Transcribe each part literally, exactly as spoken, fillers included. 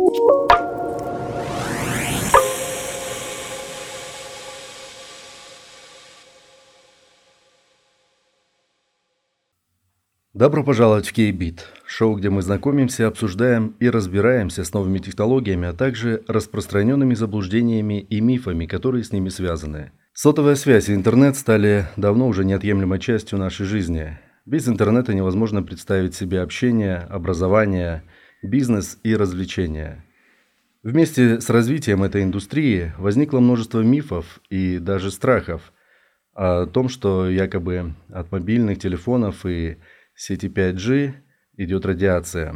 Добро пожаловать в K-Bit, шоу, где мы знакомимся, обсуждаем и разбираемся с новыми технологиями, а также распространенными заблуждениями и мифами, которые с ними связаны. Сотовая связь и интернет стали давно уже неотъемлемой частью нашей жизни. Без интернета невозможно представить себе общение, образование, бизнес и развлечения. Вместе с развитием этой индустрии возникло множество мифов и даже страхов о том, что якобы от мобильных телефонов и сети пять джи идет радиация.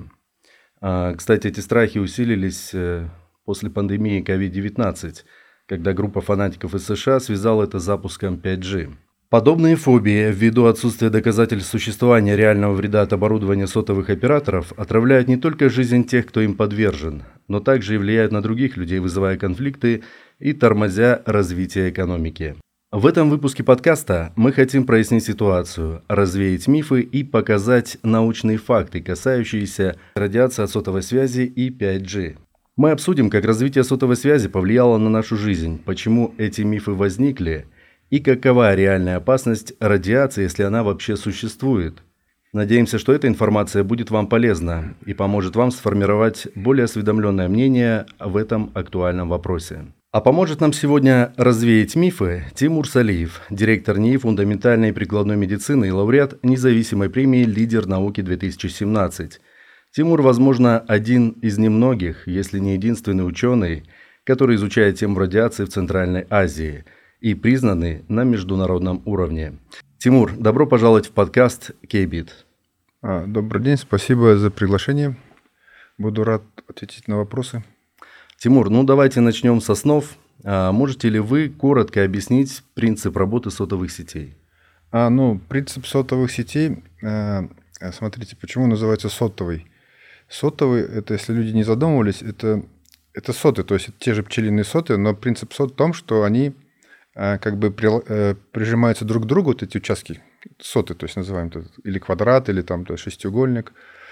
А, кстати, эти страхи усилились после пандемии ковид девятнадцать, когда группа фанатиков из США связала это с запуском пять джи. Подобные фобии, ввиду отсутствия доказательств существования реального вреда от оборудования сотовых операторов, отравляют не только жизнь тех, кто им подвержен, но также и влияют на других людей, вызывая конфликты и тормозя развитие экономики. В этом выпуске подкаста мы хотим прояснить ситуацию, развеять мифы и показать научные факты, касающиеся радиации от сотовой связи и пять джи. Мы обсудим, как развитие сотовой связи повлияло на нашу жизнь, почему эти мифы возникли и какова реальная опасность радиации, если она вообще существует. Надеемся, что эта информация будет вам полезна и поможет вам сформировать более осведомленное мнение в этом актуальном вопросе. А поможет нам сегодня развеять мифы Тимур Салиев, директор НИИ фундаментальной и прикладной медицины и лауреат независимой премии «Лидер науки две тысячи семнадцать». Тимур, возможно, один из немногих, если не единственный ученый, который изучает тему радиации в Центральной Азии и признанный на международном уровне. Тимур, добро пожаловать в подкаст K-Bit. Добрый день, спасибо за приглашение. Буду рад ответить на вопросы. Тимур, ну давайте начнем с основ. А можете ли вы коротко объяснить принцип работы сотовых сетей? А, ну, принцип сотовых сетей, э, смотрите, почему называется сотовый. Сотовый, это, если люди не задумывались, это, это соты, то есть это те же пчелиные соты, но принцип сот в том, что они э, как бы при, э, прижимаются друг к другу, вот эти участки, соты, то есть называем это, или квадрат, или там то, шестиугольник.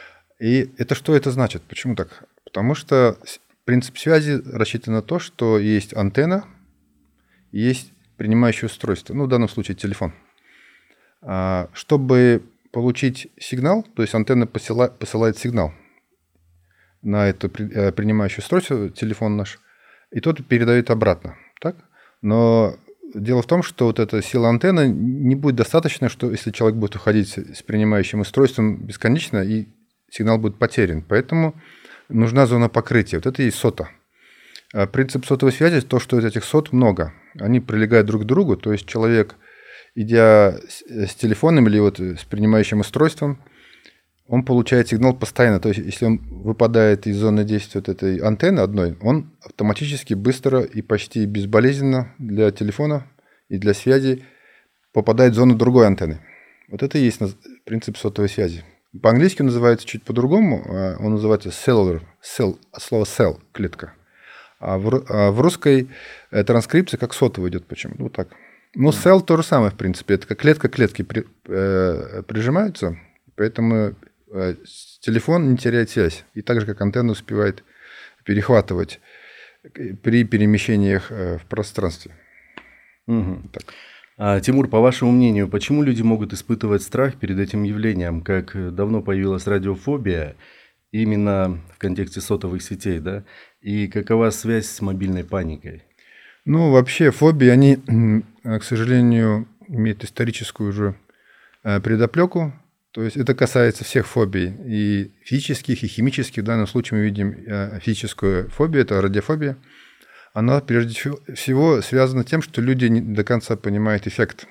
И это что это значит? Почему так? Потому что принцип связи рассчитан на то, что есть антенна, есть принимающее устройство, ну, в данном случае телефон. Чтобы получить сигнал, то есть антенна посылает, посылает сигнал на это принимающее устройство, телефон наш, и тот передает обратно. Так? Но дело в том, что вот эта сила антенны не будет достаточно, что если человек будет уходить с принимающим устройством бесконечно, и сигнал будет потерян. Поэтому нужна зона покрытия. Вот это и есть сота. Принцип сотовой связи – то, что этих сот много. Они прилегают друг к другу. То есть человек, идя с телефоном или вот с принимающим устройством, он получает сигнал постоянно. То есть если он выпадает из зоны действия вот этой антенны одной, он автоматически быстро и почти безболезненно для телефона и для связи попадает в зону другой антенны. Вот это и есть принцип сотовой связи. По-английски он называется чуть по-другому, он называется cellular, cell, от слова cell, клетка. А в, а в русской транскрипции как сотовый идет почему-то, вот так. Ну, cell то же самое, в принципе, это как клетка к клетке при, э, прижимаются, поэтому э, телефон не теряет связь, и так же, как антенна успевает перехватывать при перемещениях э, в пространстве. Угу. Так. А, Тимур, по вашему мнению, почему люди могут испытывать страх перед этим явлением? Как давно появилась радиофобия именно в контексте сотовых сетей, да? И какова связь с мобильной паникой? Ну, вообще фобии, они, к сожалению, имеют историческую уже предоплеку. То есть это касается всех фобий, и физических, и химических. В данном случае мы видим физическую фобию, это радиофобия. Она прежде всего связана с тем, что люди не до конца понимают эффект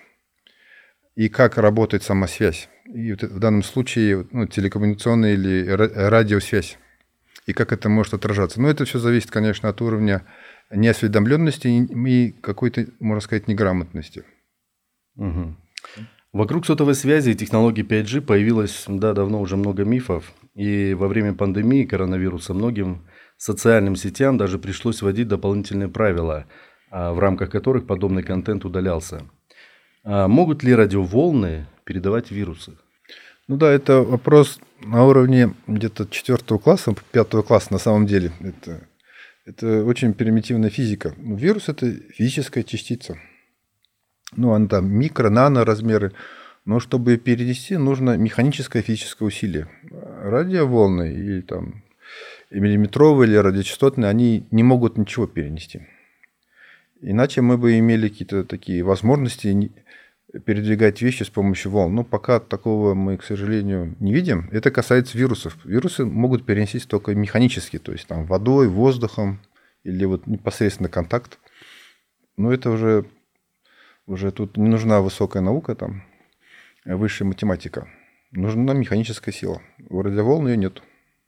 и как работает сама связь. И вот в данном случае ну, телекоммуникационная или радиосвязь. И как это может отражаться. Но это все зависит, конечно, от уровня неосведомленности и какой-то, можно сказать, неграмотности. Угу. Вокруг сотовой связи и технологий пять джи появилось да, давно уже много мифов. И во время пандемии коронавируса многим социальным сетям даже пришлось вводить дополнительные правила, в рамках которых подобный контент удалялся. Могут ли радиоволны передавать вирусы? Ну да, это вопрос на уровне где-то четвертого класса, пятого класса на самом деле. Это, это очень примитивная физика. Вирус – это физическая частица. Ну, она там микро, нано размеры. Но чтобы перенести, нужно механическое физическое усилие. Радиоволны или там и миллиметровые или радиочастотные, они не могут ничего перенести. Иначе мы бы имели какие-то такие возможности передвигать вещи с помощью волн. Но пока такого мы, к сожалению, не видим. Это касается вирусов. Вирусы могут переносить только механически, то есть там водой, воздухом или вот непосредственно контакт. Но это уже, уже тут не нужна высокая наука, там, высшая математика. Нужна механическая сила. У радиоволн ее нет.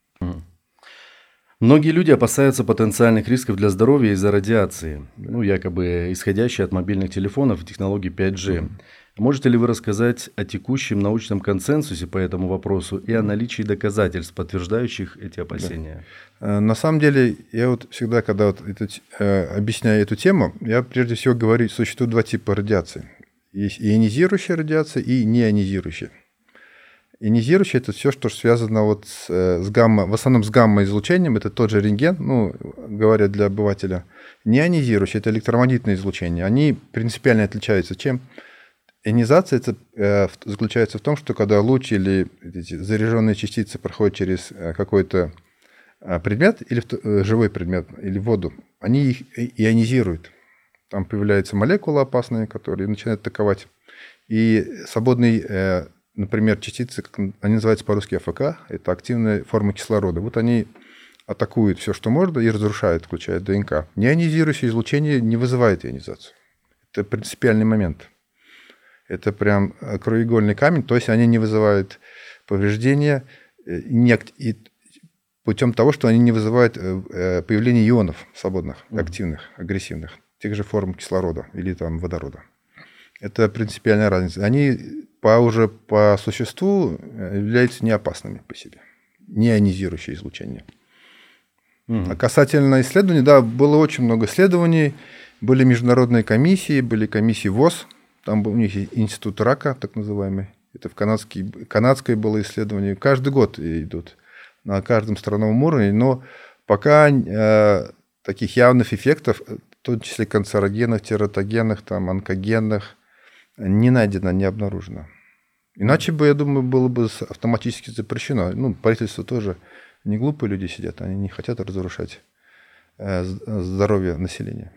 Многие люди опасаются потенциальных рисков для здоровья из-за радиации, ну, якобы исходящей от мобильных телефонов и технологий пять джи. Можете ли вы рассказать о текущем научном консенсусе по этому вопросу и о наличии доказательств, подтверждающих эти опасения? Да. На самом деле, я вот всегда, когда вот это, э, объясняю эту тему, я прежде всего говорю, существует два типа радиации. Есть ионизирующая радиация и неионизирующая. Ионизирующая – это все, что связано вот с, с гамма, в основном с гамма-излучением, это тот же рентген, ну, говоря для обывателя. Неионизирующая – это электромагнитное излучение. Они принципиально отличаются. Чем? Ионизация это, э, заключается в том, что когда луч или эти заряженные частицы проходят через какой-то предмет, или э, живой предмет, или воду, они их ионизируют. Там появляются молекулы опасные, которые начинают атаковать. И свободный э, например, частицы, как они называются по-русски АФК, это активная форма кислорода. Вот они атакуют все, что можно, и разрушают, включая ДНК. Неионизирующее излучение не вызывает ионизацию. Это принципиальный момент. Это прям краеугольный камень, то есть они не вызывают повреждения и путем того, что они не вызывают появление ионов свободных, активных, агрессивных, тех же форм кислорода или там водорода. Это принципиальная разница. Они по, уже по существу являются неопасными по себе. Неионизирующее излучение. Угу. А касательно исследований, да, было очень много исследований. Были международные комиссии, были комиссии ВОЗ. Там был у них институт рака, так называемый. Это в канадский, канадское было исследование. Каждый год идут на каждом страновом уровне. Но пока э, таких явных эффектов, в том числе канцерогенных, тератогенных, там, онкогенных, не найдено, не обнаружено. Иначе бы, я думаю, было бы автоматически запрещено. Ну, правительство тоже не глупые люди сидят, они не хотят разрушать здоровье населения.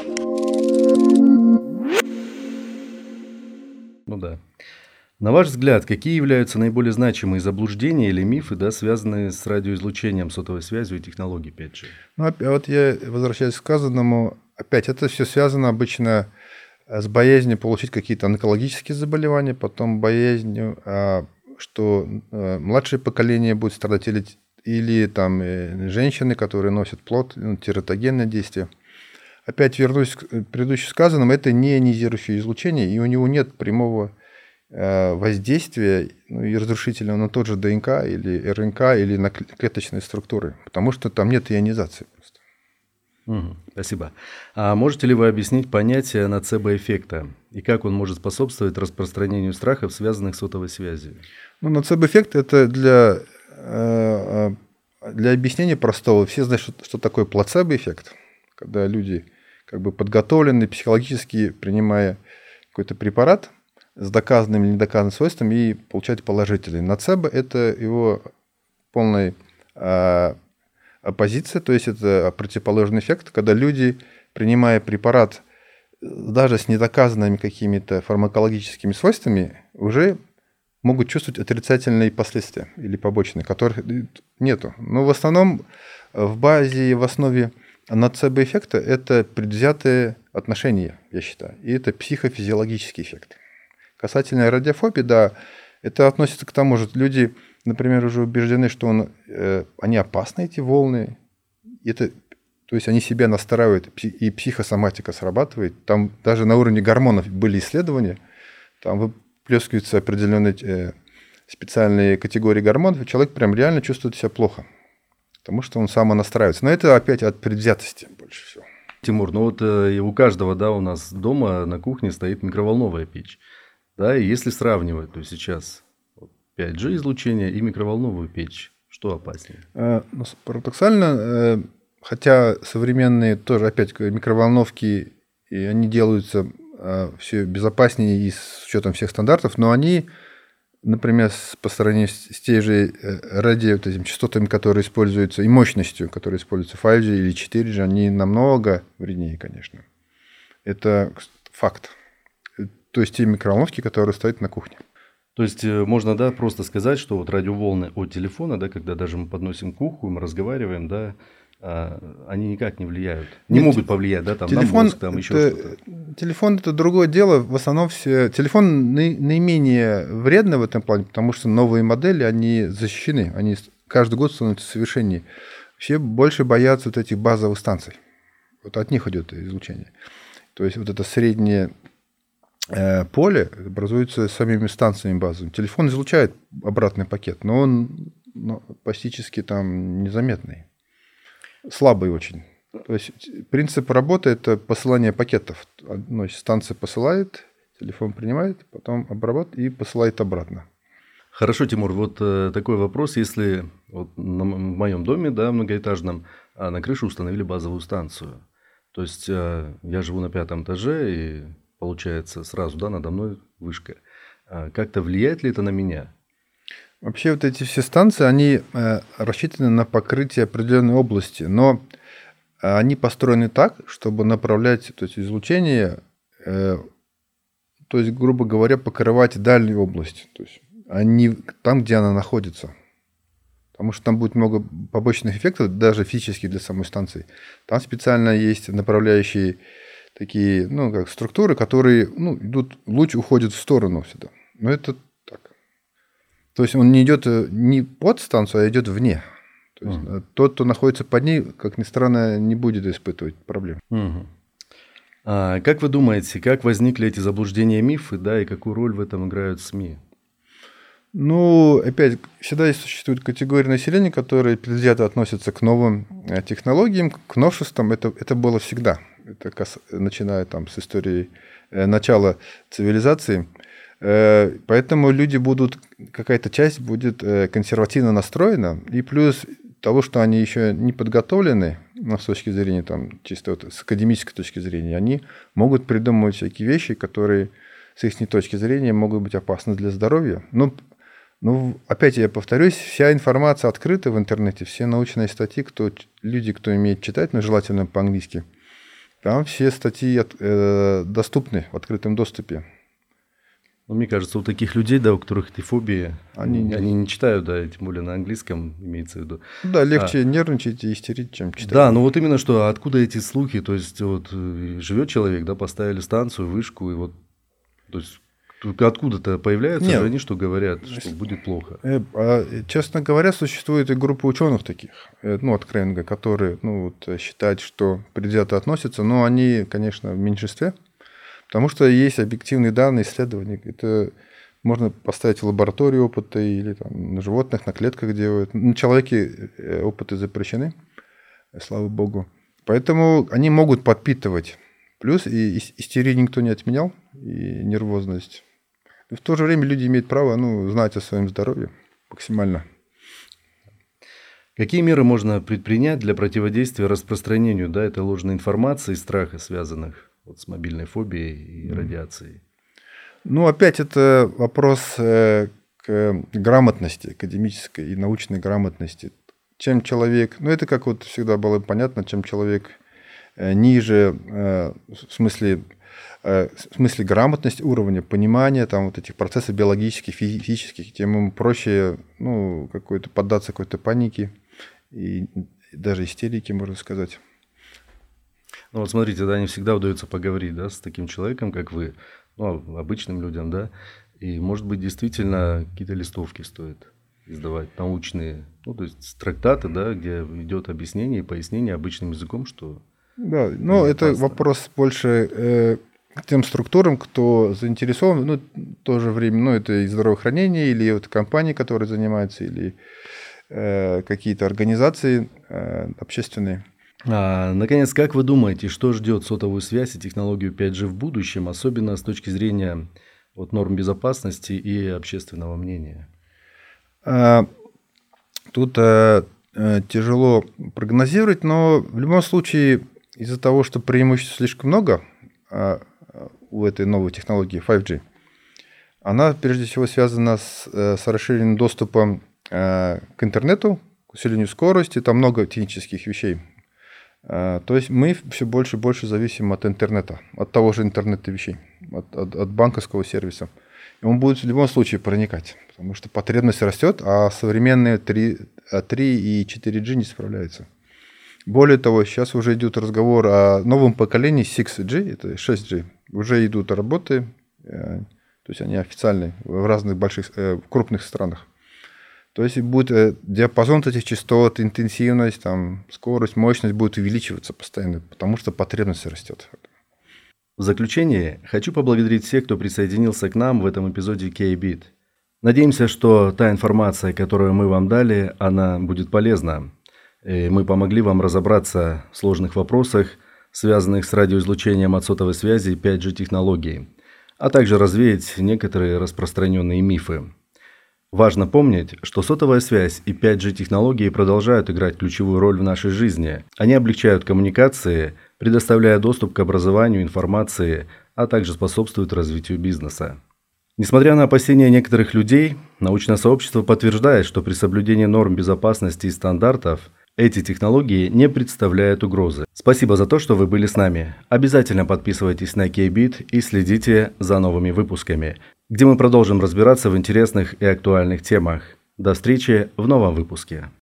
Ну да. На ваш взгляд, какие являются наиболее значимые заблуждения или мифы, да, связанные с радиоизлучением, сотовой связью и технологией пять джи? Ну, а вот я возвращаюсь к сказанному. Опять, это все связано обычно с боязнью получить какие-то онкологические заболевания, потом боязнью, что младшее поколение будет страдать, или, или там женщины, которые носят плод, ну, тератогенное действие. Опять вернусь к предыдущему сказанному, это не ионизирующее излучение, и у него нет прямого воздействия, ну, и разрушительного на тот же ДНК или РНК или на клеточные структуры, потому что там нет ионизации просто. Угу, спасибо. А можете ли вы объяснить понятие ноцебо-эффекта и как он может способствовать распространению страхов, связанных с сотовой связью? Ну, ноцебо-эффект – это для, для объяснения простого. Все знают, что, что такое плацебо-эффект, когда люди как бы подготовлены психологически, принимая какой-то препарат с доказанными или недоказанными свойствами, и получают положительный. Ноцебо – это его полный оппозиция, то есть это противоположный эффект, когда люди, принимая препарат даже с недоказанными какими-то фармакологическими свойствами, уже могут чувствовать отрицательные последствия или побочные, которых нету. Но в основном в базе, в основе ноцебо-эффекта это предвзятые отношения, я считаю, и это психофизиологический эффект. Касательно радиофобии, да, это относится к тому же, люди, например, уже убеждены, что он, э, они опасны, эти волны. Это, то есть они себя настраивают, и психосоматика срабатывает. Там даже на уровне гормонов были исследования, там выплескиваются определенные э, специальные категории гормонов, и человек прям реально чувствует себя плохо, потому что он самонастраивается. Но это опять от предвзятости больше всего. Тимур, ну вот э, у каждого, да, у нас дома на кухне стоит микроволновая печь. Да, и если сравнивать, то сейчас пять джи излучение и микроволновую печь? Что опаснее? Э, ну, парадоксально, э, хотя современные тоже, опять, микроволновки, и они делаются э, все безопаснее и с учетом всех стандартов, но они, например, с, по сравнению с, с теми же э, радио, вот этими частотами, которые используются, и мощностью, которые используются пять джи или четыре джи, они намного вреднее, конечно. Это факт. То есть те микроволновки, которые стоят на кухне. То есть э, можно, да, просто сказать, что вот радиоволны от телефона, да, когда даже мы подносим к уху, мы разговариваем, да, а, они никак не влияют, не Нет, могут повлиять, да, там, телефон, на мозг, там это, еще что-то. Телефон это другое дело. В основном все телефон наи, наименее вредный в этом плане, потому что новые модели они защищены, они каждый год становятся совершеннее. Все больше боятся вот этих базовых станций. Вот от них идет излучение. То есть вот это среднее э, поле образуется самими станциями базовыми. Телефон излучает обратный пакет, но он ну, практически там незаметный. Слабый очень. То есть принцип работы – это посылание пакетов. Ну, станция посылает, телефон принимает, потом обрабатывает и посылает обратно. Хорошо, Тимур, вот э, такой вопрос. Если вот на, в моем доме, да, многоэтажном, а на крышу установили базовую станцию. То есть э, я живу на пятом этаже, и получается сразу, да, надо мной вышка. А как-то влияет ли это на меня? Вообще вот эти все станции, они э, рассчитаны на покрытие определенной области, но они построены так, чтобы направлять то есть, излучение, э, то есть, грубо говоря, покрывать дальние области, то есть, а не там, где она находится. Потому что там будет много побочных эффектов, даже физических для самой станции. Там специально есть направляющие такие, ну, как структуры, которые, ну, идут, луч уходит в сторону всегда. Но это так. То есть он не идет не под станцию, а идет вне. То есть mm. тот, кто находится под ней, как ни странно, не будет испытывать проблем. Mm-hmm. А как вы думаете, как возникли эти заблуждения, мифы, да, и какую роль в этом играют СМИ? Ну, опять, всегда существует категория населения, которые предвзято относятся к новым технологиям, к новшествам. Это, это было всегда. Это начиная там с истории э, начала цивилизации. Э, поэтому люди будут, какая-то часть будет э, консервативно настроена. И плюс того, что они еще не подготовлены, ну, с точки зрения, там, чисто вот, с академической точки зрения, они могут придумывать всякие вещи, которые с их точки зрения могут быть опасны для здоровья. Но Ну, опять я повторюсь, вся информация открыта в интернете, все научные статьи, кто, люди, кто умеет читать, но желательно по-английски, там все статьи э, доступны в открытом доступе. Ну, мне кажется, у таких людей, да, у которых эти фобии, они, они не читают, да, тем более на английском имеется в виду. Да, легче а, нервничать и истерить, чем читать. Да, но вот именно что, откуда эти слухи, то есть вот живет человек, да, поставили станцию, вышку, и вот, то есть... Откуда-то появляются Нет. же они, что говорят, что будет плохо. Честно говоря, существует и группа ученых таких, ну, откровенно говоря, которые ну, вот, считают, что предвзято относятся, но они, конечно, в меньшинстве, потому что есть объективные данные, исследования. Это можно поставить в лаборатории опыты или там, на животных, на клетках делают. На человеке опыты запрещены, слава богу. Поэтому они могут подпитывать. Плюс и истерию никто не отменял, и нервозность. В то же время люди имеют право ну, знать о своем здоровье максимально. Какие меры можно предпринять для противодействия распространению да, этой ложной информации и страха, связанных вот, с мобильной фобией и радиацией? Ну, опять это вопрос э, к грамотности, академической и научной грамотности. Чем человек, ну это как вот всегда было понятно, чем человек э, ниже, э, в смысле... в смысле грамотности, уровня понимания там, вот этих процессов биологических, физических, тем ему проще ну, какой-то, поддаться какой-то панике и даже истерике, можно сказать. Ну вот смотрите, да, не всегда удается поговорить да, с таким человеком, как вы, ну, обычным людям, да, и, может быть, действительно какие-то листовки стоит издавать, научные, ну, то есть трактаты, да, где идет объяснение и пояснение обычным языком, что... Да, ну, это опасно. Вопрос больше... Э, к тем структурам, кто заинтересован, ну, в то же время, ну, это и здравоохранение, или вот компании, которые занимаются, или э, какие-то организации э, общественные. А, наконец, как вы думаете, что ждет сотовую связь и технологию пять джи в будущем, особенно с точки зрения вот, норм безопасности и общественного мнения? А, Тут э, э, тяжело прогнозировать, но в любом случае из-за того, что преимуществ слишком много а, у этой новой технологии пять джи, она прежде всего связана с, э, с расширенным доступом э, к интернету, к усилению скорости, там много технических вещей. Э, то есть мы все больше и больше зависим от интернета, от того же интернета вещей, от, от, от банковского сервиса. И он будет в любом случае проникать, потому что потребность растет, а современные три и четыре джи не справляются. Более того, сейчас уже идет разговор о новом поколении шесть джи, это шесть джи. Уже идут работы, то есть они официальные в разных больших, крупных странах. То есть будет диапазон этих частот, интенсивность, там, скорость, мощность будет увеличиваться постоянно, потому что потребность растет. В заключение хочу поблагодарить всех, кто присоединился к нам в этом эпизоде K-Bit. Надеемся, что та информация, которую мы вам дали, она будет полезна. И мы помогли вам разобраться в сложных вопросах, связанных с радиоизлучением от сотовой связи и пять джи технологий, а также развеять некоторые распространенные мифы. Важно помнить, что сотовая связь и пять джи технологии продолжают играть ключевую роль в нашей жизни. Они облегчают коммуникации, предоставляя доступ к образованию, информации, а также способствуют развитию бизнеса. Несмотря на опасения некоторых людей, научное сообщество подтверждает, что при соблюдении норм безопасности и стандартов эти технологии не представляют угрозы. Спасибо за то, что вы были с нами. Обязательно подписывайтесь на K-Bit и следите за новыми выпусками, где мы продолжим разбираться в интересных и актуальных темах. До встречи в новом выпуске.